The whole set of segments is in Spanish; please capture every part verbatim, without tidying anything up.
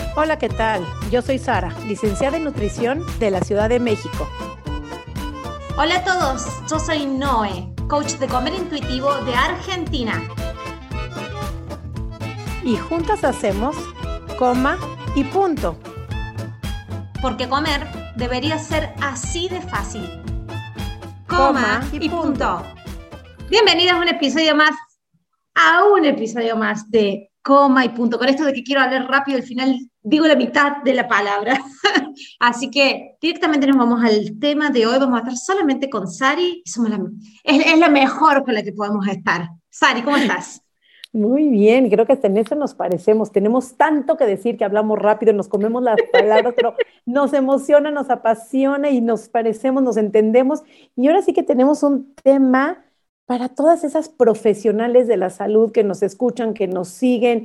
Hola, ¿qué tal? Yo soy Sara, licenciada en nutrición de la Ciudad de México. Hola a todos, yo soy Noé, coach de comer intuitivo de Argentina. Y juntas hacemos coma y punto. Porque comer debería ser así de fácil. Coma Coma y y punto. punto. Bienvenidos a un episodio más, a un episodio más de Coma y Punto. Con esto de que quiero hablar rápido, al final digo la mitad de la palabra. Así que directamente nos vamos al tema de hoy. Vamos a estar solamente con Sari. Y somos la, es, es la mejor con la que podemos estar. Sari, ¿cómo estás? Muy bien, creo que hasta en eso nos parecemos. Tenemos tanto que decir que hablamos rápido, nos comemos las palabras, pero nos emociona, nos apasiona y nos parecemos, nos entendemos. Y ahora sí que tenemos un tema para todas esas profesionales de la salud que nos escuchan, que nos siguen,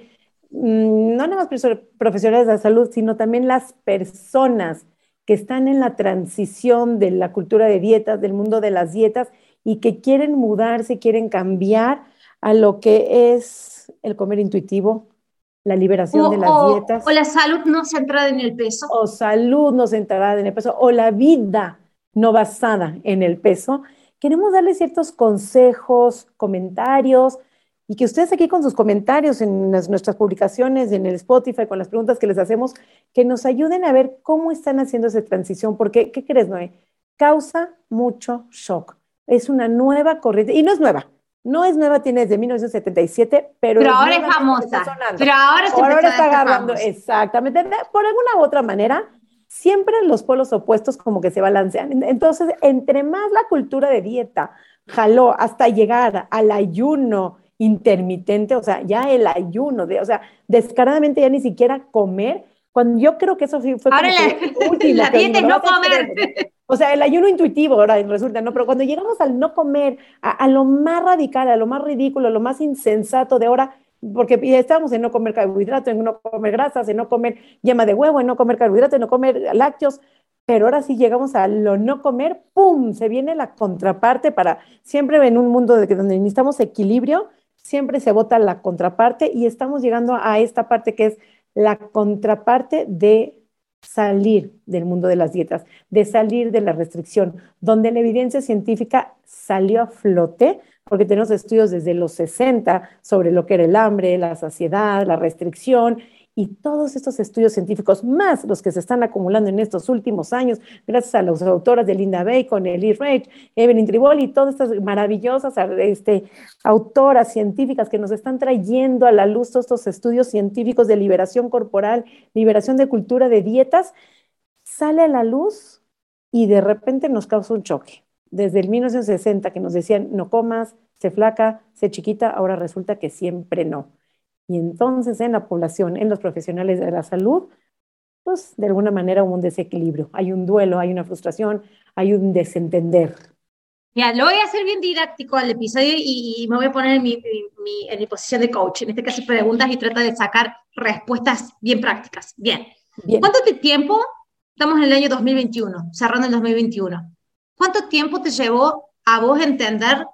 mm, no nada más perso- profesionales de la salud, sino también las personas que están en la transición de la cultura de dietas, del mundo de las dietas y que quieren mudarse, quieren cambiar a lo que es el comer intuitivo, la O, liberación de las o, o dietas, la salud no centrada en el peso. o salud no centrada en el peso, o la vida no basada en el peso. Queremos darles ciertos consejos, comentarios, y que ustedes aquí con sus comentarios en las- nuestras publicaciones, en el Spotify, con las preguntas que les hacemos, que nos ayuden a ver cómo están haciendo esa transición, porque, ¿qué crees, Noé? Causa mucho shock. Es una nueva corriente, y no es nueva, no es nueva, tiene desde mil novecientos setenta y siete, pero Pero es ahora es nuevamente que está famosa. sonando. Pero ahora se Ahora, empezó ahora a está hacer agarrando, famosa. exactamente, de- por alguna u otra manera, siempre los polos opuestos como que se balancean. Entonces, entre más la cultura de dieta jaló hasta llegar al ayuno intermitente, o sea, ya el ayuno, de, o sea, descaradamente ya ni siquiera comer, cuando yo creo que eso sí fue Ahora como que la, lo último la que dieta vimos, es lo no más comer. extremo, ¿no? O sea, el ayuno intuitivo ahora resulta, ¿no? Pero cuando llegamos al no comer, a, a lo más radical, a lo más ridículo, a lo más insensato de ahora, porque ya estábamos en no comer carbohidratos, en no comer grasas, en no comer yema de huevo, en no comer carbohidratos, en no comer lácteos, pero ahora sí llegamos a lo no comer, ¡pum! Se viene la contraparte para, siempre en un mundo de que donde necesitamos equilibrio, siempre se vota la contraparte y estamos llegando a esta parte que es la contraparte de salir del mundo de las dietas, de salir de la restricción, donde la evidencia científica salió a flote, porque tenemos estudios desde los sesenta sobre lo que era el hambre, la saciedad, la restricción, y todos estos estudios científicos, más los que se están acumulando en estos últimos años, gracias a las autoras de Linda Bacon, Ellie Reich, Evelyn Triboli, y todas estas maravillosas este, autoras científicas que nos están trayendo a la luz todos estos estudios científicos de liberación corporal, liberación de cultura de dietas, sale a la luz y de repente nos causa un choque. Desde el mil novecientos sesenta que nos decían no comas, sé flaca, sé chiquita, ahora resulta que siempre no. Y entonces en la población, en los profesionales de la salud, pues de alguna manera hubo un desequilibrio, hay un duelo, hay una frustración, hay un desentender. Mira, lo voy a hacer bien didáctico al episodio y, y me voy a poner en mi, mi- mi- en mi posición de coach. En este caso, preguntas y trata de sacar respuestas bien prácticas. Bien. Bien, ¿Cuánto de tiempo? Estamos en el año dos mil veintiuno, cerrando el dos mil veintiuno. ¿Cuánto tiempo te llevó a vos entender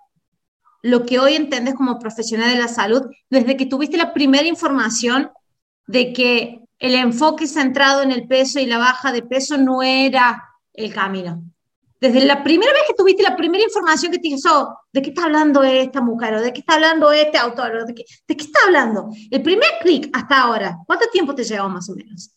lo que hoy entendés como profesional de la salud desde que tuviste la primera información de que el enfoque centrado en el peso y la baja de peso no era el camino? Desde la primera vez que tuviste la primera información que te hizo, ¿de qué está hablando esta mujer? ¿O de qué está hablando este autor? ¿De qué, de qué está hablando? El primer clic hasta ahora, ¿cuánto tiempo te llevó más o menos?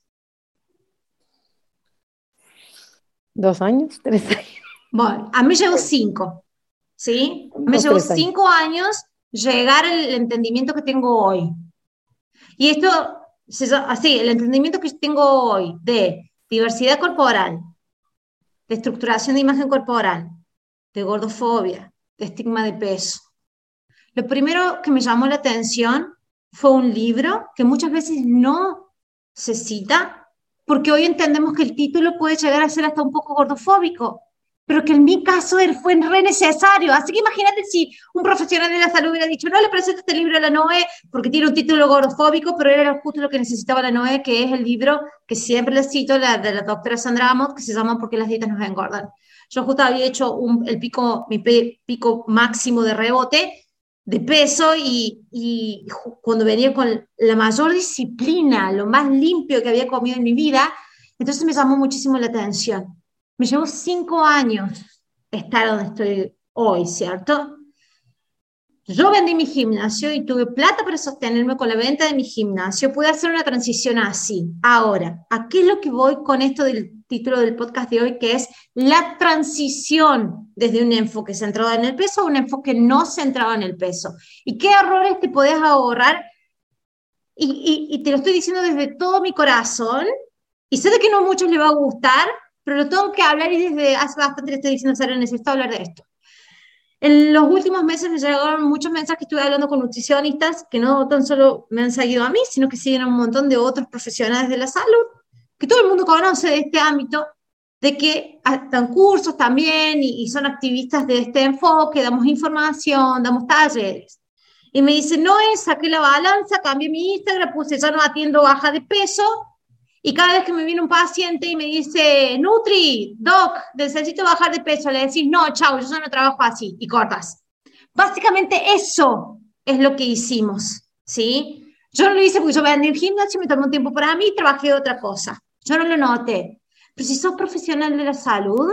dos años, tres años, Bueno, a mí me llevó cinco, ¿sí? Me unos llevó tres años. cinco años llegar al entendimiento que tengo hoy. Y esto, así, el entendimiento que tengo hoy de diversidad corporal, de estructuración de imagen corporal, de gordofobia, de estigma de peso. Lo primero que me llamó la atención fue un libro que muchas veces no se cita, porque hoy entendemos que el título puede llegar a ser hasta un poco gordofóbico, pero que en mi caso fue re necesario. Así que imagínate si un profesional de la salud hubiera dicho, no le presento este libro a la Noé porque tiene un título gordofóbico, pero era justo lo que necesitaba la Noé, que es el libro que siempre le cito, la de la doctora Sandra Amott, que se llama ¿Por qué las dietas nos engordan? Yo justo había hecho un, el pico, mi pico máximo de rebote de peso y, y cuando venía con la mayor disciplina, lo más limpio que había comido en mi vida, entonces me llamó muchísimo la atención. Me llevó cinco años estar donde estoy hoy, ¿cierto? Yo vendí mi gimnasio y tuve plata para sostenerme con la venta de mi gimnasio. Pude hacer una transición así. Ahora, ¿a qué es lo que voy con esto del título del podcast de hoy? Que es la transición desde un enfoque centrado en el peso a un enfoque no centrado en el peso. ¿Y qué errores te podés ahorrar? Y, y, y te lo estoy diciendo desde todo mi corazón. Y sé de que no a muchos les va a gustar, pero lo tengo que hablar y desde hace bastante le estoy diciendo, Sara, necesito hablar de esto. En los últimos meses me llegaron muchos mensajes, estuve hablando con nutricionistas que no tan solo me han seguido a mí, sino que siguen a un montón de otros profesionales de la salud, que todo el mundo conoce de este ámbito, de que dan cursos también y, y son activistas de este enfoque, damos información, damos talleres. Y me dicen, no es, saqué la balanza, cambié mi Instagram, puse ya no atiendo baja de peso. Y cada vez que me viene un paciente y me dice, Nutri, Doc, necesito bajar de peso, le decís, no, chau, yo ya no trabajo así, y cortas. Básicamente eso es lo que hicimos, ¿sí? Yo no lo hice porque yo vendí el gimnasio, me tomé un tiempo para mí y trabajé de otra cosa. Yo no lo noté. Pero si sos profesional de la salud,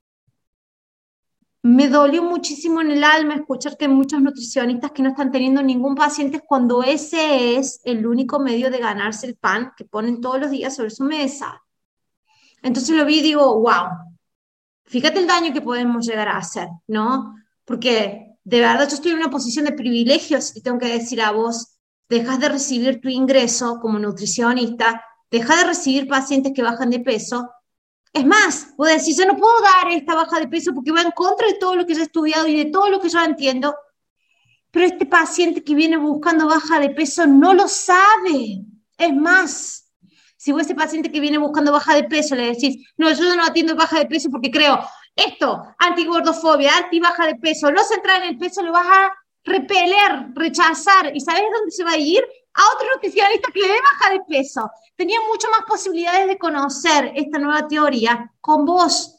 me dolió muchísimo en el alma escuchar que hay muchos nutricionistas que no están teniendo ningún paciente cuando ese es el único medio de ganarse el pan que ponen todos los días sobre su mesa. Entonces lo vi y digo, wow, fíjate el daño que podemos llegar a hacer, ¿no? Porque de verdad yo estoy en una posición de privilegio si te tengo que decir a vos, dejas de recibir tu ingreso como nutricionista, dejas de recibir pacientes que bajan de peso. Es más, puedo decir, yo no puedo dar esta baja de peso porque va en contra de todo lo que yo he estudiado y de todo lo que yo entiendo, pero este paciente que viene buscando baja de peso no lo sabe. Es más, si vos ese paciente que viene buscando baja de peso le decís, no, yo no atiendo baja de peso porque creo esto, antigordofobia, anti-baja de peso, no centrar en el peso, lo vas a repeler, rechazar, ¿y sabés dónde se va a ir? A otro nutricionista que le dé baja de peso. Tenía mucho más posibilidades de conocer esta nueva teoría con vos.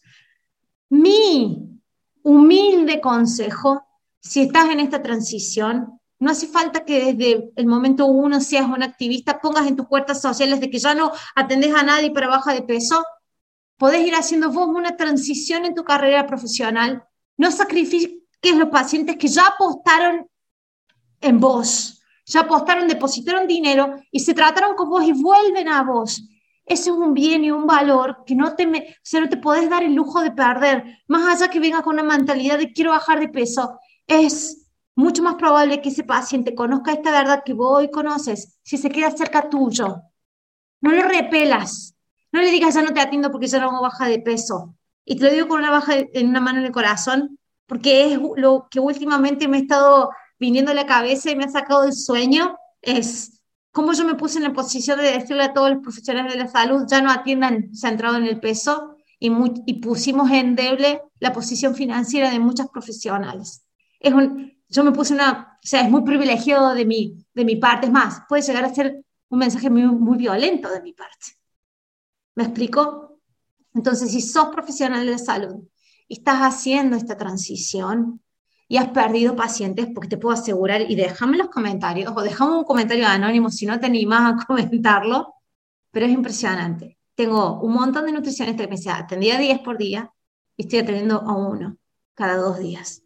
Mi humilde consejo, si estás en esta transición, no hace falta que desde el momento uno seas un activista, pongas en tus cuentas sociales de que ya no atendés a nadie para baja de peso. Podés ir haciendo vos una transición en tu carrera profesional. No sacrifiques los pacientes que ya apostaron en vos. Ya apostaron, depositaron dinero y se trataron con vos y vuelven a vos. Ese es un bien y un valor que no te, me, o sea, no te podés dar el lujo de perder. Más allá que vengas con una mentalidad de quiero bajar de peso, es mucho más probable que ese paciente conozca esta verdad que vos hoy conoces si se queda cerca tuyo. No lo repelas. No le digas ya no te atiendo porque ya no hago baja de peso. Y te lo digo con una, baja de, en una mano en el corazón porque es lo que últimamente me he estado viniendo a la cabeza y me ha sacado del sueño, es cómo yo me puse en la posición de decirle a todos los profesionales de la salud, ya no atiendan centrado en el peso, y, muy, y pusimos en endeble la posición financiera de muchas profesionales. Es un, yo me puse una, o sea, es muy privilegiado de mi, de mi parte, es más, puede llegar a ser un mensaje muy, muy violento de mi parte. ¿Me explico? Entonces, si sos profesional de la salud y estás haciendo esta transición, y has perdido pacientes, porque te puedo asegurar, y déjame en los comentarios, o déjame un comentario anónimo si no te animas a comentarlo, pero es impresionante. Tengo un montón de nutricionistas que me dicen, atendía diez por día, y estoy atendiendo a uno cada dos días.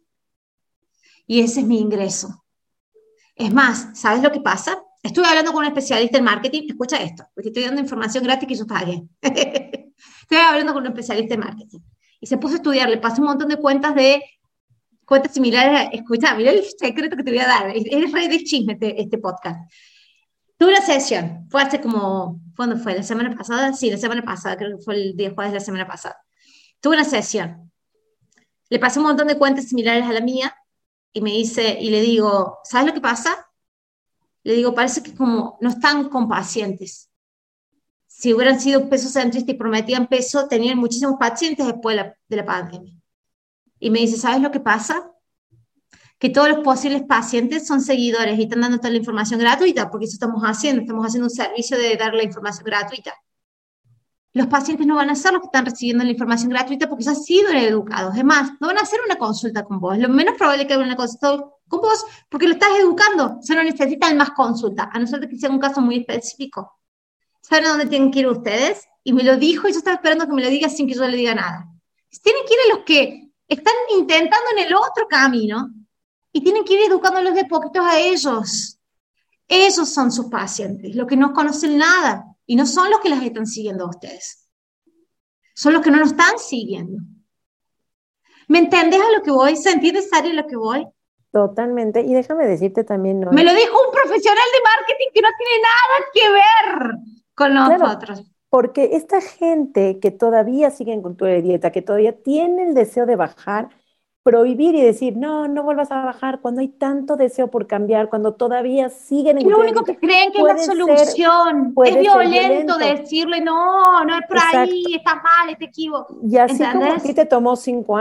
Y ese es mi ingreso. Es más, ¿sabes lo que pasa? Estuve hablando con un especialista en marketing, escucha esto, porque estoy dando información gratis que yo pagué. Estoy hablando con un especialista en marketing, y se puso a estudiar, le pasé un montón de cuentas de cuentas similares. Escucha, mira el secreto que te voy a dar. Es re de chisme este, este podcast. Tuve una sesión, fue hace como, ¿cuándo fue? ¿La semana pasada? Sí, la semana pasada, creo que fue el día jueves de la semana pasada. Tuve una sesión. Le pasé un montón de cuentas similares a la mía y me dice, y le digo, ¿sabes lo que pasa? Le digo, parece que como no están con pacientes. Si hubieran sido peso centristas y prometían peso, tenían muchísimos pacientes después de la, de la pandemia. Y me dice, ¿sabes lo que pasa? Que todos los posibles pacientes son seguidores y están dando toda la información gratuita, porque eso estamos haciendo, estamos haciendo un servicio de dar la información gratuita. los pacientes no van a ser los que están recibiendo la información gratuita porque ya han sido educados. Es más, no van a hacer una consulta con vos. Lo menos probable es que hagan una consulta con vos porque lo estás educando. Ya no necesitan más consulta, a no ser que sea un caso muy específico. ¿Saben a dónde tienen que ir ustedes? Y me lo dijo y yo estaba esperando que me lo diga sin que yo le diga nada. Tienen que ir a los que están intentando en el otro camino y tienen que ir educándolos de poquitos a ellos. Esos son sus pacientes, los que no conocen nada. Y no son los que las están siguiendo a ustedes. Son los que no nos están siguiendo. ¿Me entendés a lo que voy? ¿Sentís necesario a lo que voy? Totalmente. Y déjame decirte también, ¿no? Me lo dijo un profesional de marketing que no tiene nada que ver con nosotros. Claro, porque esta gente que todavía sigue en cultura de dieta, que todavía tiene el deseo de bajar, prohibir y decir, no, no vuelvas a bajar, cuando hay tanto deseo por cambiar, cuando todavía siguen en es lo único que creen que es la solución. Ser, es violento, violento decirle, no, no es por Exacto. ahí, estás mal, te equivoco. Y así ¿Entendés? Como a ti te tomó cinco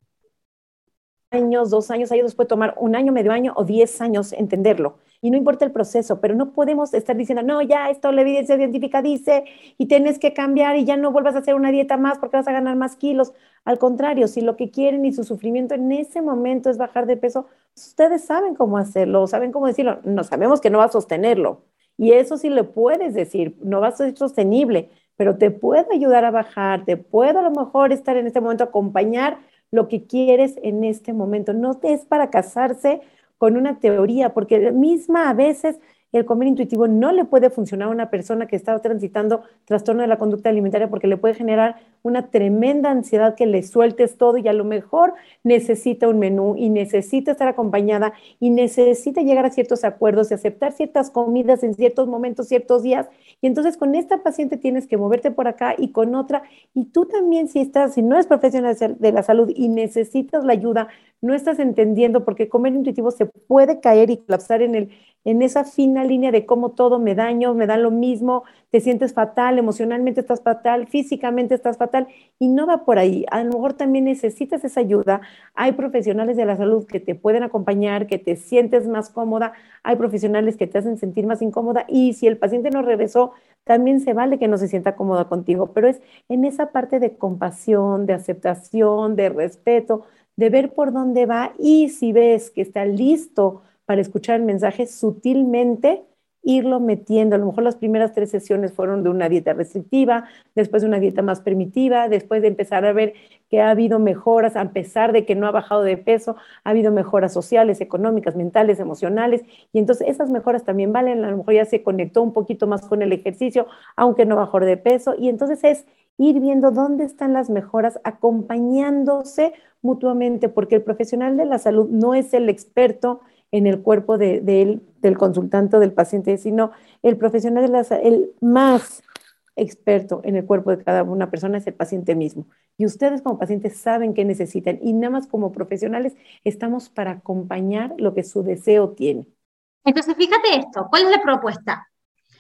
años, dos años, a ellos les puede tomar un año, medio año o diez años entenderlo. Y no importa el proceso, pero no podemos estar diciendo, no, ya esto la evidencia científica dice y tienes que cambiar y ya no vuelvas a hacer una dieta más porque vas a ganar más kilos. Al contrario, si lo que quieren y su sufrimiento en ese momento es bajar de peso, ustedes saben cómo hacerlo, saben cómo decirlo. No sabemos que no va a sostenerlo. Y eso sí le puedes decir, no va a ser sostenible, pero te puedo ayudar a bajar, te puedo a lo mejor estar en este momento, acompañar lo que quieres en este momento. No es para casarse con una teoría, porque misma a veces el comer intuitivo no le puede funcionar a una persona que está transitando trastorno de la conducta alimentaria porque le puede generar una tremenda ansiedad que le sueltes todo y a lo mejor necesita un menú y necesita estar acompañada y necesita llegar a ciertos acuerdos y aceptar ciertas comidas en ciertos momentos, ciertos días. Y entonces con esta paciente tienes que moverte por acá y con otra. Y tú también si estás, si no eres profesional de la salud y necesitas la ayuda, no estás entendiendo porque comer intuitivo se puede caer y colapsar en, el, en esa fina línea de cómo todo me daño, me da lo mismo, te sientes fatal, emocionalmente estás fatal, físicamente estás fatal y no va por ahí. A lo mejor también necesitas esa ayuda. Hay profesionales de la salud que te pueden acompañar, que te sientes más cómoda, hay profesionales que te hacen sentir más incómoda y si el paciente no regresó, también se vale que no se sienta cómoda contigo, pero es en esa parte de compasión, de aceptación, de respeto, de ver por dónde va y si ves que está listo para escuchar el mensaje, sutilmente irlo metiendo. A lo mejor las primeras tres sesiones fueron de una dieta restrictiva, después de una dieta más permitiva, después de empezar a ver que ha habido mejoras, a pesar de que no ha bajado de peso, ha habido mejoras sociales, económicas, mentales, emocionales, y entonces esas mejoras también valen. A lo mejor ya se conectó un poquito más con el ejercicio, aunque no bajó de peso, y entonces es ir viendo dónde están las mejoras, acompañándose mutuamente, porque el profesional de la salud no es el experto en el cuerpo de, de él, del consultante o del paciente, sino el profesional de la salud, el más experto en el cuerpo de cada una persona es el paciente mismo. Y ustedes como pacientes saben qué necesitan y nada más como profesionales estamos para acompañar lo que su deseo tiene. Entonces, fíjate esto, ¿cuál es la propuesta?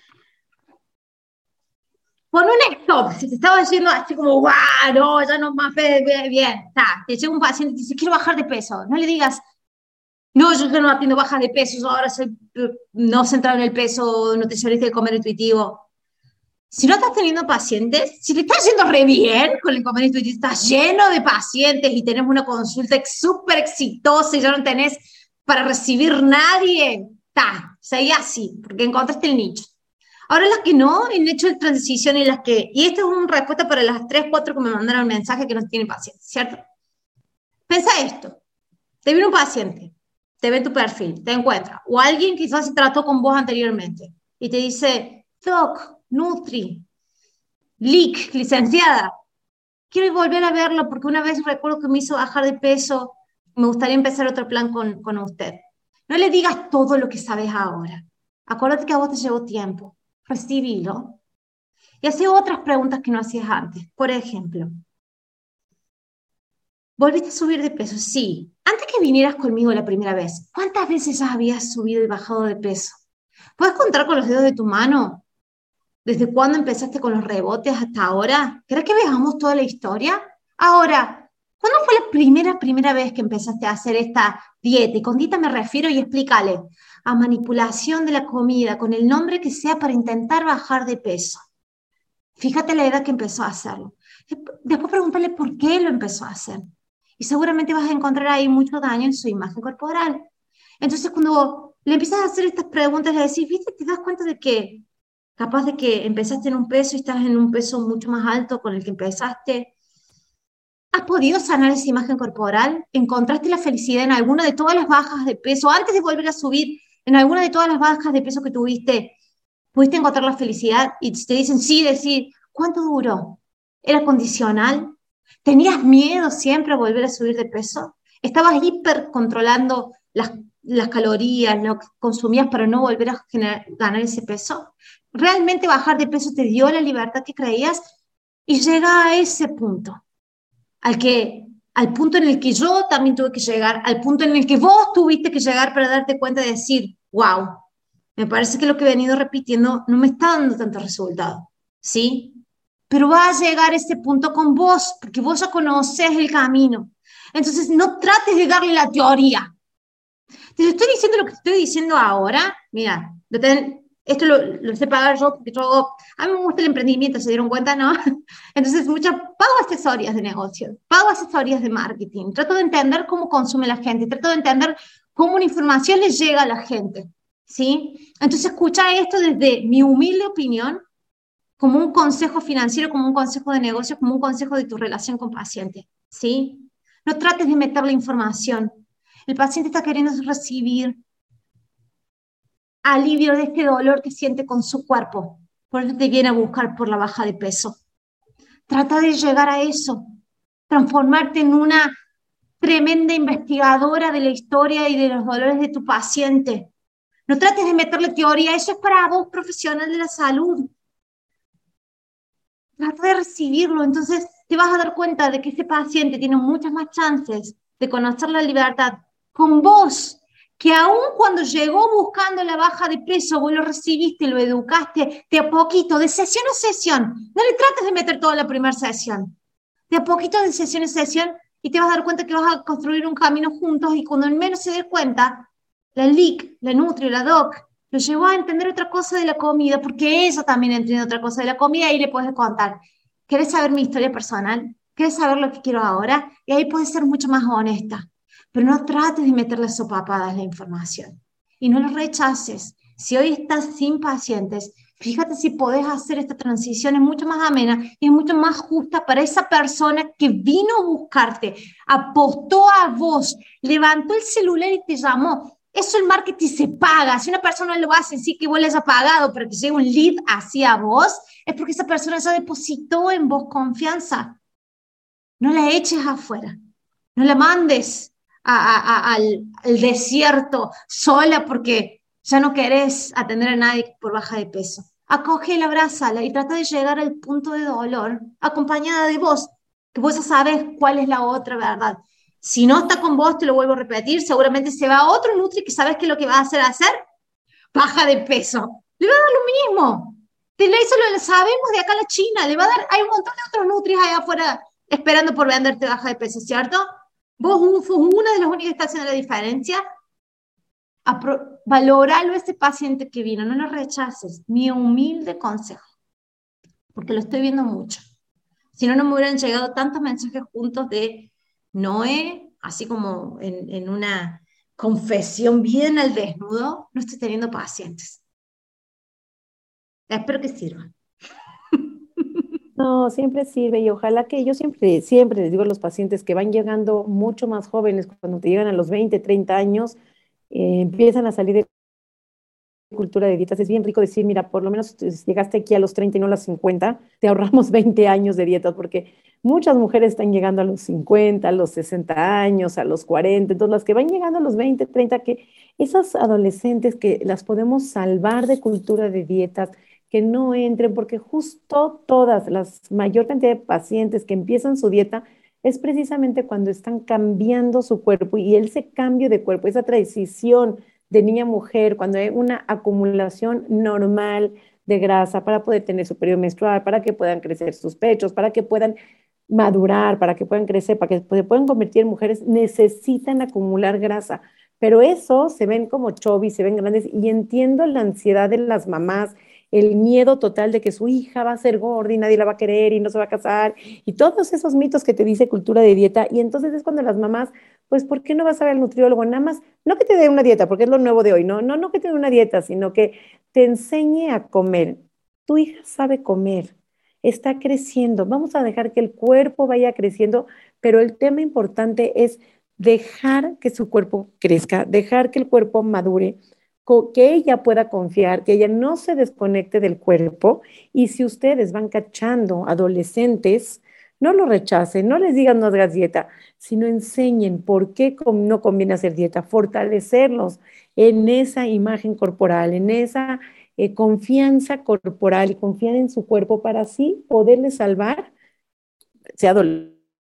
Pon un stop, si te estaba diciendo así como, guau, no, ya no más, bien, bien, está, te llega un paciente y te dice, quiero bajar de peso, no le digas, no, yo no atiendo bajas de peso, yo ahora soy no centrado en el peso, nutricionista de comer intuitivo. Si no estás teniendo pacientes, si te estás yendo re bien con el comer intuitivo, estás lleno de pacientes y tenés una consulta súper exitosa y ya no tenés para recibir nadie, está, seguí así, porque encontraste el nicho. Ahora las que no han hecho el transición y las que, y esta es una respuesta para las tres, cuatro que me mandaron un mensaje que no tienen pacientes, ¿cierto? Pensa esto, te viene un paciente, te ve tu perfil, te encuentra, o alguien quizás se trató con vos anteriormente y te dice, Doc, Nutri, Lic, licenciada, quiero volver a verlo porque una vez recuerdo que me hizo bajar de peso, me gustaría empezar otro plan con, con usted. No le digas todo lo que sabes ahora, acuérdate que a vos te llevó tiempo. Recibilo y hace otras preguntas que no hacías antes. Por ejemplo, ¿volviste a subir de peso? Sí. Antes que vinieras conmigo la primera vez, ¿cuántas veces ya habías subido y bajado de peso? ¿Puedes contar con los dedos de tu mano? ¿Desde cuándo empezaste con los rebotes hasta ahora? ¿Querés que veamos toda la historia? Ahora, ¿cuándo fue la primera, primera vez que empezaste a hacer esta dieta? Y con dieta me refiero y explícale. A manipulación de la comida, con el nombre que sea para intentar bajar de peso. Fíjate la edad que empezó a hacerlo. Después pregúntale por qué lo empezó a hacer. Y seguramente vas a encontrar ahí mucho daño en su imagen corporal. Entonces, cuando le empiezas a hacer estas preguntas, le decís, ¿viste? Te das cuenta de que capaz de que empezaste en un peso y estás en un peso mucho más alto con el que empezaste. ¿Has podido sanar esa imagen corporal? ¿Encontraste la felicidad en alguna de todas las bajas de peso? Antes de volver a subir, en alguna de todas las bajas de peso que tuviste, ¿pudiste encontrar la felicidad? Y te dicen sí, decir, ¿cuánto duró? ¿Era condicional? ¿Tenías miedo siempre a volver a subir de peso? ¿Estabas hiper controlando las, las calorías, lo que consumías para no volver a generar, ganar ese peso? ¿Realmente bajar de peso te dio la libertad que creías? Y llega a ese punto, al, que, al punto en el que yo también tuve que llegar, al punto en el que vos tuviste que llegar para darte cuenta de decir, wow, me parece que lo que he venido repitiendo no me está dando tanto resultado, ¿sí? Pero va a llegar ese punto con vos, porque vos ya conoces el camino. Entonces, no trates de darle la teoría. Te estoy diciendo lo que estoy diciendo ahora. Mira, lo ten, esto lo, lo sé pagar yo, porque yo, a mí me gusta el emprendimiento, ¿se dieron cuenta, no? Entonces, muchas, pago asesorías de negocio, pago asesorías de marketing, trato de entender cómo consume la gente, trato de entender cómo una información le llega a la gente, ¿sí? Entonces, escucha esto desde mi humilde opinión, como un consejo financiero, como un consejo de negocio, como un consejo de tu relación con paciente, ¿sí? No trates de meter la información. El paciente está queriendo recibir alivio de este dolor que siente con su cuerpo. Por eso te viene a buscar por la baja de peso. Trata de llegar a eso, transformarte en una tremenda investigadora de la historia y de los dolores de tu paciente. No trates de meterle teoría, eso es para vos, profesional de la salud. Trata de recibirlo, entonces te vas a dar cuenta de que ese paciente tiene muchas más chances de conocer la libertad con vos, que aún cuando llegó buscando la baja de peso, vos lo recibiste, lo educaste de a poquito, de sesión a sesión. No le trates de meter toda la primera sesión. De a poquito, de sesión a sesión, y te vas a dar cuenta que vas a construir un camino juntos, y cuando menos se dé cuenta, la L I C, la Nutri, la Doc, lo llevó a entender otra cosa de la comida, porque ella también entiende otra cosa de la comida, y ahí le puedes contar, ¿querés saber mi historia personal? ¿Querés saber lo que quiero ahora? Y ahí puedes ser mucho más honesta. Pero no trates de meterle sopapadas la información. Y no lo rechaces. Si hoy estás sin pacientes, fíjate si podés hacer esta transición, es mucho más amena y es mucho más justa para esa persona que vino a buscarte, apostó a vos, levantó el celular y te llamó. Eso el marketing se paga. Si una persona lo hace, sí que vos le hayas pagado para que llegue un lead hacia vos, es porque esa persona ya depositó en vos confianza. No la eches afuera. No la mandes a, a, a, al, al desierto sola porque ya no querés atender a nadie por baja de peso. Acógela, abrázala y trata de llegar al punto de dolor acompañada de vos, que vos ya sabés cuál es la otra verdad. Si no está con vos, te lo vuelvo a repetir, seguramente se va a otro nutri que sabes que lo que va a hacer hacer, baja de peso. Le va a dar lo mismo. De ley eso lo sabemos de acá a la China. Le va a dar, hay un montón de otros nutris allá afuera esperando por venderte baja de peso, ¿cierto? Vos sos una de las únicas que está haciendo la diferencia. Apro- valoralo ese paciente que vino, no lo rechaces. Mi humilde consejo, porque lo estoy viendo mucho. Si no, no me hubieran llegado tantos mensajes juntos de Noé, así como en, en una confesión bien al desnudo, no estoy teniendo pacientes. Espero que sirva. No, siempre sirve y ojalá que yo siempre, siempre les digo a los pacientes que van llegando mucho más jóvenes, cuando te llegan a los veinte, treinta años, eh, empiezan a salir de cultura de dietas. Es bien rico decir, mira, por lo menos si llegaste aquí a los treinta y no a los cincuenta, te ahorramos veinte años de dietas, porque muchas mujeres están llegando a los cincuenta, a los sesenta años, a los cuarenta. Entonces las que van llegando a los veinte, treinta, que esas adolescentes que las podemos salvar de cultura de dietas, que no entren, porque justo todas, las mayor cantidad de pacientes que empiezan su dieta es precisamente cuando están cambiando su cuerpo, y ese cambio de cuerpo, esa transición de niña a mujer, cuando hay una acumulación normal de grasa para poder tener su periodo menstrual, para que puedan crecer sus pechos, para que puedan madurar, para que puedan crecer, para que se puedan convertir en mujeres, necesitan acumular grasa. Pero eso se ven como chubby, se ven grandes, y entiendo la ansiedad de las mamás, el miedo total de que su hija va a ser gorda y nadie la va a querer y no se va a casar, y todos esos mitos que te dice cultura de dieta, y entonces es cuando las mamás, pues, ¿por qué no vas a ver al nutriólogo? Nada más, no que te dé una dieta, porque es lo nuevo de hoy, no, no, no que te dé una dieta, sino que te enseñe a comer. Tu hija sabe comer, está creciendo, vamos a dejar que el cuerpo vaya creciendo, pero el tema importante es dejar que su cuerpo crezca, dejar que el cuerpo madure, que ella pueda confiar, que ella no se desconecte del cuerpo. Y si ustedes van cachando adolescentes, no lo rechacen, no les digan no hagas dieta, sino enseñen por qué no conviene hacer dieta, fortalecerlos en esa imagen corporal, en esa eh, confianza corporal y confiar en su cuerpo para así poderles salvar, sea adolescente,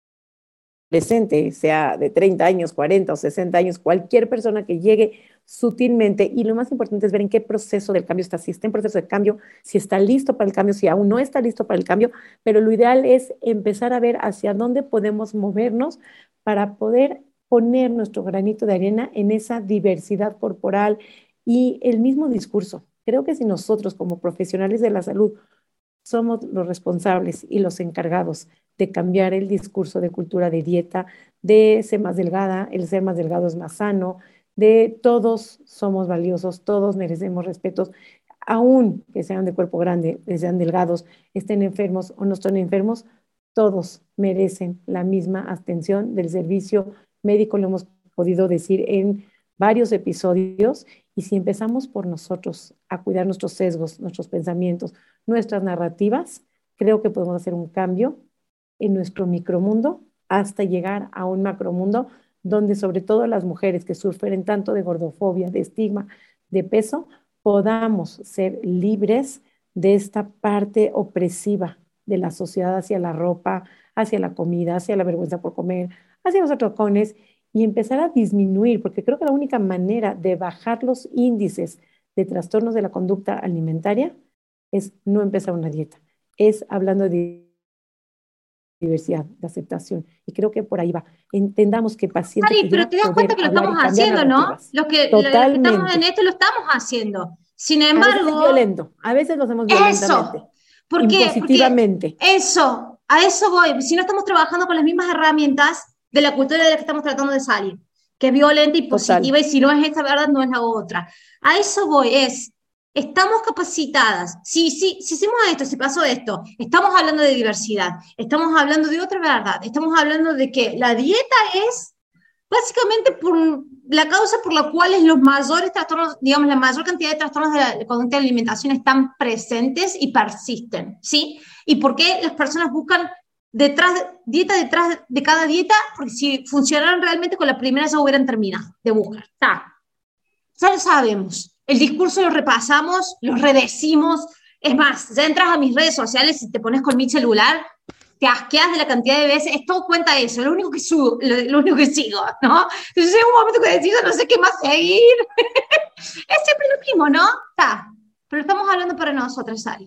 sea de treinta años, cuarenta o sesenta años, cualquier persona que llegue sutilmente. Y lo más importante es ver en qué proceso del cambio está, si está en proceso de cambio, si está listo para el cambio, si aún no está listo para el cambio, pero lo ideal es empezar a ver hacia dónde podemos movernos para poder poner nuestro granito de arena en esa diversidad corporal y el mismo discurso. Creo que si nosotros como profesionales de la salud somos los responsables y los encargados de cambiar el discurso de cultura de dieta, de ser más delgada, el ser más delgado es más sano, de todos somos valiosos, todos merecemos respetos, aún que sean de cuerpo grande, que sean delgados, estén enfermos o no estén enfermos, todos merecen la misma atención del servicio médico, lo hemos podido decir en varios episodios, y si empezamos por nosotros a cuidar nuestros sesgos, nuestros pensamientos, nuestras narrativas, creo que podemos hacer un cambio en nuestro micromundo hasta llegar a un macromundo donde sobre todo las mujeres que sufren tanto de gordofobia, de estigma, de peso, podamos ser libres de esta parte opresiva de la sociedad hacia la ropa, hacia la comida, hacia la vergüenza por comer, hacia los atracones, y empezar a disminuir, porque creo que la única manera de bajar los índices de trastornos de la conducta alimentaria es no empezar una dieta, es hablando de diversidad, de aceptación, y creo que por ahí va. Entendamos que paciente Ari, que pero ya te das cuenta poder que lo hablar y estamos cambiar haciendo, ¿no? narrativas. Lo que, lo, lo que estamos Totalmente. en esto lo estamos haciendo. Sin A veces es embargo, violento, a veces lo hacemos violentamente, eso. ¿Por qué? Porque impositivamente. eso, a eso voy. Si no estamos trabajando con las mismas herramientas de la cultura de la que estamos tratando de salir, que es violenta y positiva, Total. y si no es esta verdad, no es la otra. A eso voy, es, estamos capacitadas. Si, si, si hicimos esto, si pasó esto, estamos hablando de diversidad, estamos hablando de otra verdad, estamos hablando de que la dieta es básicamente por la causa por la cual los mayores trastornos, digamos, la mayor cantidad de trastornos de la conducta de alimentación están presentes y persisten, ¿sí? Y por qué las personas buscan detrás, dieta detrás de cada dieta, porque si funcionaran realmente con la primera ya hubieran terminado de buscar. Está. Ya lo sabemos. El discurso lo repasamos, lo redecimos. Es más, ya entras a mis redes sociales y te pones con mi celular, te asqueas de la cantidad de veces, es todo cuenta eso, lo único que subo, lo, lo único que sigo, ¿no? Entonces llega un momento que decido no sé qué más seguir. Es siempre lo mismo, ¿no? Está. Pero estamos hablando para nosotros, Ari.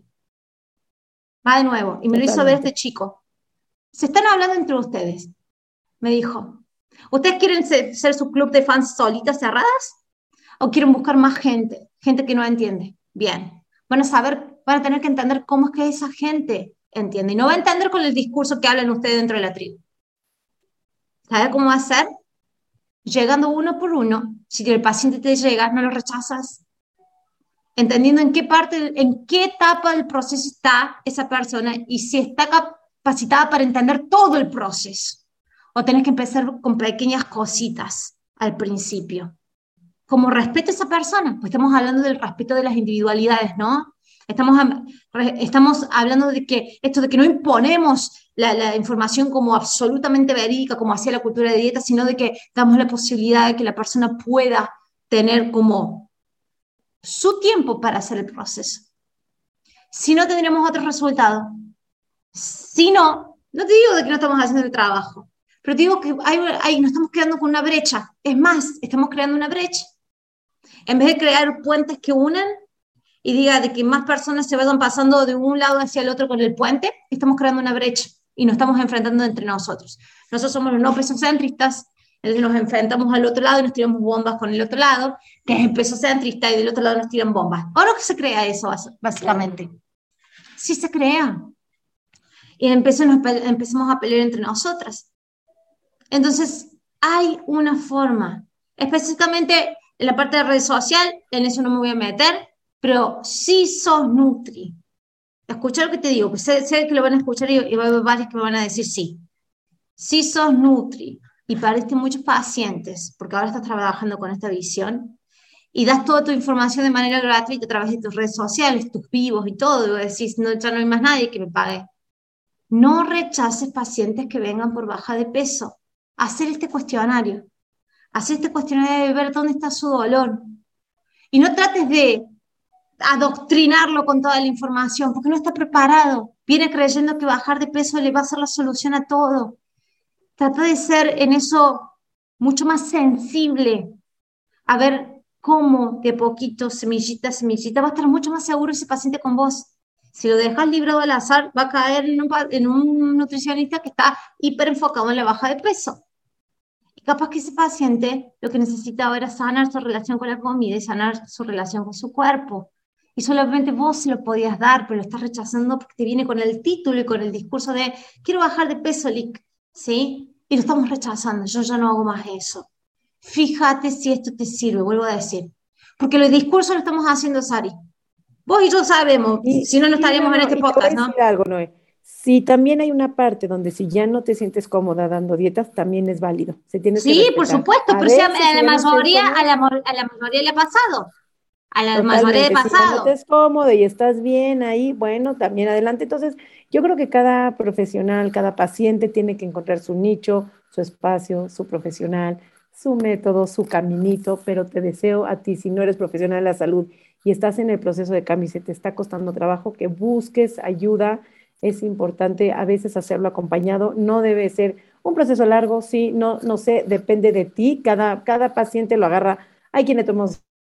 Va de nuevo, y me lo hizo ver este chico. Se están hablando entre ustedes. Me dijo, ¿ustedes quieren ser, ser su club de fans solitas cerradas? ¿O quieren buscar más gente? Gente que no entiende. Bien. Van a saber, van a tener que entender cómo es que esa gente entiende. Y no va a entender con el discurso que hablan ustedes dentro de la tribu. ¿Sabes cómo va a ser? Llegando uno por uno. Si el paciente te llega, no lo rechazas. Entendiendo en qué parte, en qué etapa del proceso está esa persona y si está capacitada para entender todo el proceso. O tenés que empezar con pequeñas cositas al principio. Como respeto a esa persona, pues estamos hablando del respeto de las individualidades, ¿no? Estamos, estamos hablando de que esto de que no imponemos la, la información como absolutamente verídica, como hacía la cultura de dieta, sino de que damos la posibilidad de que la persona pueda tener como su tiempo para hacer el proceso. Si no, tendríamos otro resultado. Si no, no te digo de que no estamos haciendo el trabajo, pero te digo que hay, hay, nos estamos quedando con una brecha. Es más, estamos creando una brecha. En vez de crear puentes que unan y diga de que más personas se vayan pasando de un lado hacia el otro con el puente, estamos creando una brecha y nos estamos enfrentando entre nosotros. Nosotros somos los no pesocentristas Entonces nos enfrentamos al otro lado y nos tiramos bombas con el otro lado, que empezó a ser triste y del otro lado nos tiran bombas. Ahora que se crea eso, básicamente. Sí se crea. Y empezamos, empezamos a pelear entre nosotras. Entonces, hay una forma, específicamente en la parte de red social, en eso no me voy a meter, pero sí sos Nutri. Escuchar lo que te digo, pues sé, sé que lo van a escuchar y, y va a haber varios que me van a decir sí. Sí sos Nutri y perdiste muchos pacientes, porque ahora estás trabajando con esta visión, y das toda tu información de manera gratuita a través de tus redes sociales, tus vivos y todo, y vos decís, no, ya no hay más nadie que me pague. No rechaces pacientes que vengan por baja de peso. Hacer este cuestionario. Hacer este cuestionario de ver dónde está su dolor. Y no trates de adoctrinarlo con toda la información, porque no está preparado. Viene creyendo que bajar de peso le va a ser la solución a todo. Trata de ser en eso mucho más sensible, a ver cómo de poquito, semillita a semillita, va a estar mucho más seguro ese paciente con vos. Si lo dejas librado al azar, va a caer en un, en un nutricionista que está hiper enfocado en la baja de peso. Y capaz que ese paciente lo que necesita ahora es sanar su relación con la comida y sanar su relación con su cuerpo. Y solamente vos se lo podías dar, pero lo estás rechazando porque te viene con el título y con el discurso de quiero bajar de peso, Lick, ¿sí? Y lo estamos rechazando, yo ya no hago más eso. Fíjate si esto te sirve, vuelvo a decir. Porque los discursos lo estamos haciendo, Sari. Vos y yo sabemos, Y, si no, no sí, no, estaríamos en no, este y te voy a podcast, ¿no? decir algo, Noé. Si también hay una parte donde si ya no te sientes cómoda dando dietas, también es válido. Se tienes que Sí, por respetar. supuesto, A pero si a, veces, a si la ya no estés mayoría, a cómoda, la, a la mayoría le ha pasado. A la mayoría le ha totalmente. Si ya no te pasado. es cómodo y estás bien ahí, bueno, también adelante. Entonces, yo creo que cada profesional, cada paciente tiene que encontrar su nicho, su espacio, su profesional, su método, su caminito, pero te deseo a ti, si no eres profesional de la salud y estás en el proceso de cambio y se te está costando trabajo, que busques ayuda. Es importante a veces hacerlo acompañado. No debe ser un proceso largo, sí, no, no sé, depende de ti. Cada, cada paciente lo agarra. Hay quien le tomó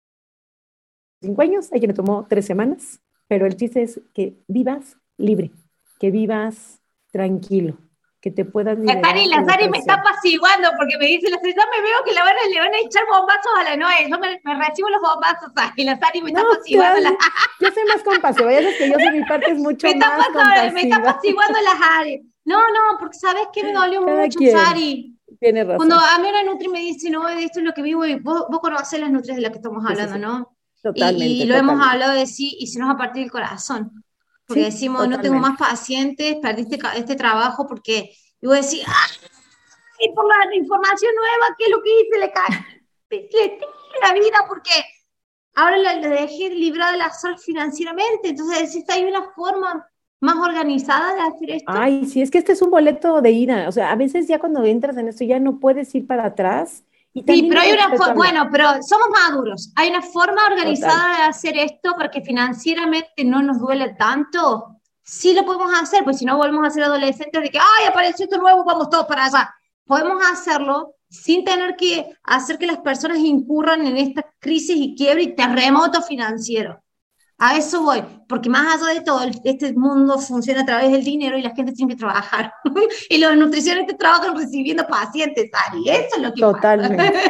cinco años, hay quien le tomó tres semanas, pero el chiste es que vivas libre, que vivas tranquilo, que te puedas La Sari, liberar de la la Sari me está presión. apaciguando porque me dice, la Sari, ya me veo que le van a, le van a echar bombazos a la Noé. Yo me, me recibo los bombazos, Sari. La Sari me No, está apaciguando. La, yo soy más compasiva, ya sabes que yo soy mi parte es me, mucho está más pasando, me está compasiva. apaciguando la Sari. No, no, porque ¿sabes qué me dolió Cada mucho, quien Sari? tiene Cuando razón. a mí una Nutri me dice, no, esto es lo que vivo, y vos, vos conocés las Nutris de las que estamos Sí, sí, hablando, sí, ¿no? Y, y totalmente, lo hemos totalmente. hablado de sí, y se nos va a partir el corazón. Porque Sí, decimos, no tengo más totalmente. pacientes, perdí este, ca- este trabajo porque, y vos decís, y por la información nueva, ¿qué es lo que hice? Le cae, le tiré la vida porque ahora la, la dejé librada del azar financieramente. Entonces, si hay una forma más organizada de hacer esto. Ay, sí, es que este es un boleto de ida. O sea, a veces ya cuando entras en esto ya no puedes ir para atrás y Sí, también pero es hay una forma, respetable. bueno, pero somos maduros. Hay una forma Total. organizada de hacer esto para que financieramente no nos duele tanto. Sí lo podemos hacer, pues si no volvemos a ser adolescentes de que, ay, apareció esto nuevo, vamos todos para allá. Podemos hacerlo sin tener que hacer que las personas incurran en esta crisis y quiebre y terremoto financiero. A eso voy, porque más allá de todo, este mundo funciona a través del dinero y la gente tiene que trabajar. Y los nutricionistas trabajan recibiendo pacientes, Ari. Eso es lo que pasa. Totalmente.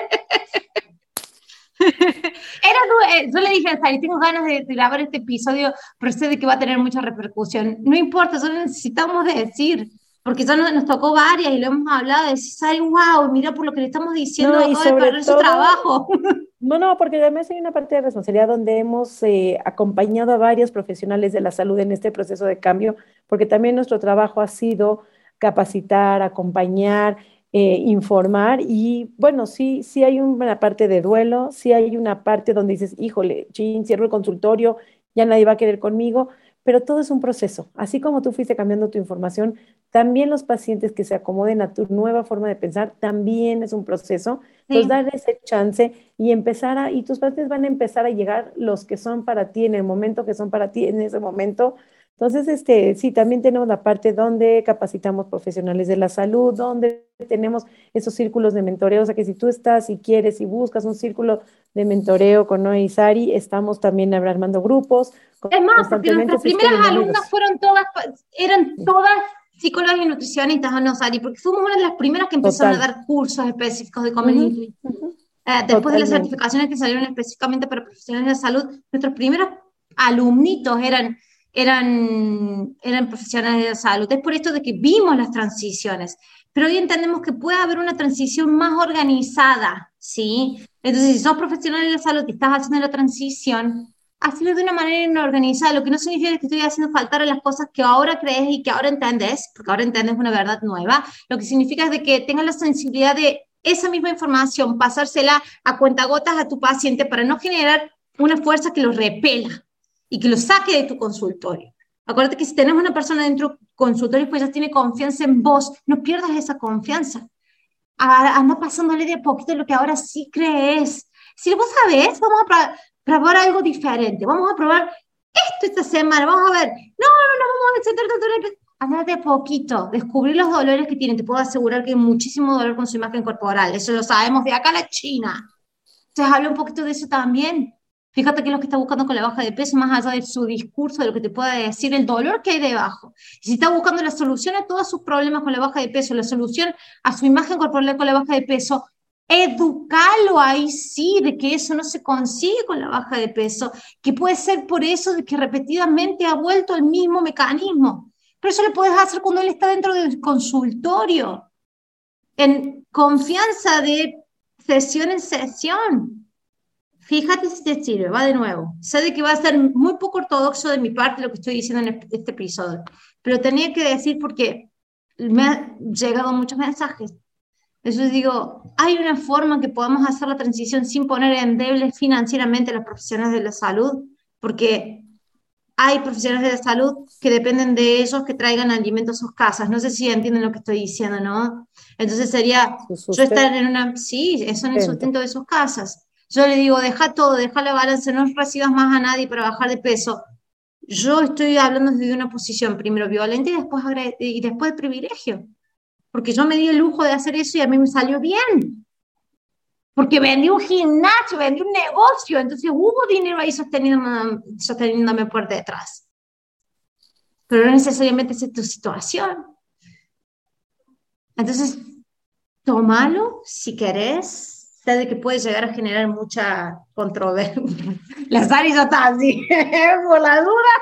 Era, eh, yo le dije a Sari, tengo ganas de, de grabar este episodio, pero sé de que va a tener mucha repercusión. No importa, solo necesitamos de decir, porque ya nos, nos tocó varias y lo hemos hablado, de decir, Sari, wow, mira por lo que le estamos diciendo, No, y acaba de sobre perder su todo, trabajo. no, no, porque además hay una parte de responsabilidad donde hemos eh, acompañado a varios profesionales de la salud en este proceso de cambio, porque también nuestro trabajo ha sido capacitar, acompañar, eh, informar y bueno, sí, sí hay una parte de duelo, sí hay una parte donde dices, híjole, chin, cierro el consultorio, ya nadie va a querer conmigo, pero todo es un proceso. Así como tú fuiste cambiando tu información, también los pacientes que se acomoden a tu nueva forma de pensar, también es un proceso. Entonces, Sí. dar ese chance y empezar a, y tus pacientes van a empezar a llegar los que son para ti en el momento que son para ti en ese momento. Entonces, este, sí, también tenemos la parte donde capacitamos profesionales de la salud, donde tenemos esos círculos de mentoreo, o sea que si tú estás y quieres y buscas un círculo de mentoreo con Noé y Sari, estamos también armando grupos Es más, porque constantemente, nuestras así es que primeras alumnas bienvenidos. fueron todas, eran todas psicólogos y nutricionistas, ¿o no, Sari? Porque fuimos una de las primeras que empezaron Total. a dar cursos específicos de comer. Uh-huh, uh-huh. Eh, después Totalmente. de las certificaciones que salieron específicamente para profesionales de la salud, nuestros primeros alumnitos eran, eran, eran profesionales de la salud. Es por esto de que vimos las transiciones. Pero hoy entendemos que puede haber una transición más organizada, ¿sí? Entonces, si sos profesional de la salud y estás haciendo la transición, hazlo de una manera organizada, lo que no significa que estoy haciendo faltar a las cosas que ahora crees y que ahora entendés, porque ahora entendés una verdad nueva, lo que significa es de que tengas la sensibilidad de esa misma información, pasársela a cuentagotas a tu paciente para no generar una fuerza que lo repela y que lo saque de tu consultorio. Acuérdate que si tenés una persona dentro del consultorio, pues ya tiene confianza en vos, no pierdas esa confianza. Anda pasándole de a poquito lo que ahora sí crees. Si vos sabés, vamos a probar algo diferente, vamos a probar esto esta semana, vamos a ver, no, no, no, vamos a etcétera, anda de a poquito, descubrir los dolores que tienen. Te puedo asegurar que hay muchísimo dolor con su imagen corporal, eso lo sabemos de acá a la China. Entonces habla un poquito de eso también. Fíjate que es lo que está buscando con la baja de peso, más allá de su discurso, de lo que te pueda decir, el dolor que hay debajo. Y si está buscando la solución a todos sus problemas con la baja de peso, la solución a su imagen corporal con la baja de peso, educarlo ahí sí, de que eso no se consigue con la baja de peso, que puede ser por eso de que repetidamente ha vuelto el mismo mecanismo. Pero eso lo puedes hacer cuando él está dentro del consultorio, en confianza de sesión en sesión. Fíjate si te sirve, va de nuevo. Sé de que va a ser muy poco ortodoxo de mi parte lo que estoy diciendo en este episodio, pero tenía que decir porque me han llegado muchos mensajes. Entonces digo, hay una forma que podamos hacer la transición sin poner endebles financieramente a los profesionales de la salud, porque hay profesionales de la salud que dependen de ellos que traigan alimentos a sus casas. No sé si entienden lo que estoy diciendo, ¿no? Entonces sería yo estar en una... Sí, eso en el sustento de sus casas. Yo le digo, deja todo, deja la balanza, no recibas más a nadie para bajar de peso. Yo estoy hablando desde una posición primero violenta y después, y después de privilegio. Porque yo me di el lujo de hacer eso y a mí me salió bien. Porque vendí un gimnasio, vendí un negocio, entonces hubo dinero ahí sosteniéndome, sosteniéndome por detrás. Pero no necesariamente esa es tu situación. Entonces, tómalo si querés. Sé de que puede llegar a generar mucha controversia. La Sari ya está así, por la duda.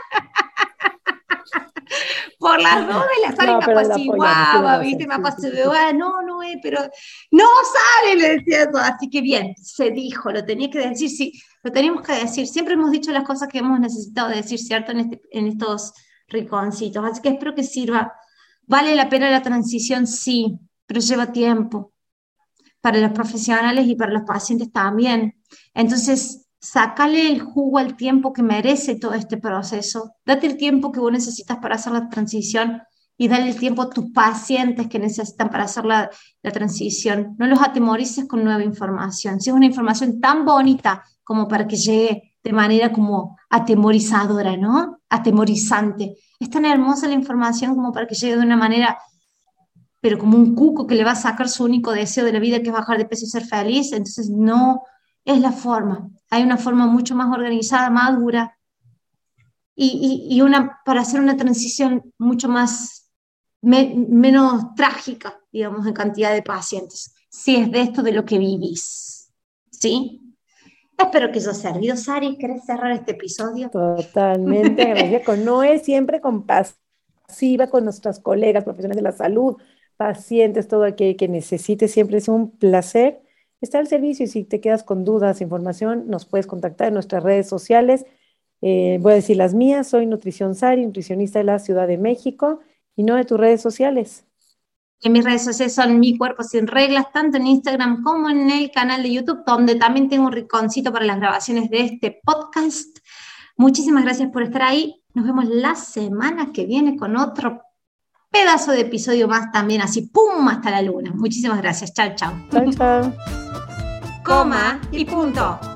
Por las dudas, la Sari no, me apaciguaba, ¿viste? Me apaciguaba, no, no, eh, pero no sale, le decía eso. Así que bien, se dijo, lo tenía que decir, sí, lo teníamos que decir. Siempre hemos dicho las cosas que hemos necesitado decir, ¿cierto? En, este, en estos rinconcitos. Así que espero que sirva. ¿Vale la pena la transición? Sí, pero lleva tiempo. Para los profesionales y para los pacientes también. Entonces, sácale el jugo al tiempo que merece todo este proceso. Date el tiempo que vos necesitas para hacer la transición y dale el tiempo a tus pacientes que necesitan para hacer la, la transición. No los atemorices con nueva información. Si es una información tan bonita como para que llegue de manera como atemorizadora, ¿no? Atemorizante. Es tan hermosa la información como para que llegue de una manera... pero como un cuco que le va a sacar su único deseo de la vida, que es bajar de peso y ser feliz. Entonces no es la forma. Hay una forma mucho más organizada, madura, y, y, y una, para hacer una transición mucho más, me, menos trágica, digamos, en cantidad de pacientes, si es de esto de lo que vivís. ¿Sí? Espero que eso haya servido. Sari, ¿querés cerrar este episodio? Totalmente. No es siempre compasiva con nuestras colegas profesionales de la salud, pacientes, todo aquel que necesite, siempre es un placer estar al servicio. Y si te quedas con dudas, información, nos puedes contactar en nuestras redes sociales. Eh, voy a decir las mías, soy Nutrición Sari, nutricionista de la Ciudad de México, y no de tus redes sociales. En mis redes sociales son Mi Cuerpo Sin Reglas, tanto en Instagram como en el canal de YouTube, donde también tengo un rinconcito para las grabaciones de este podcast. Muchísimas gracias por estar ahí. Nos vemos la semana que viene con otro pedazo de episodio más también, así, ¡pum!, hasta la luna. Muchísimas gracias. Chao, chao. Chao, chao. Coma y punto.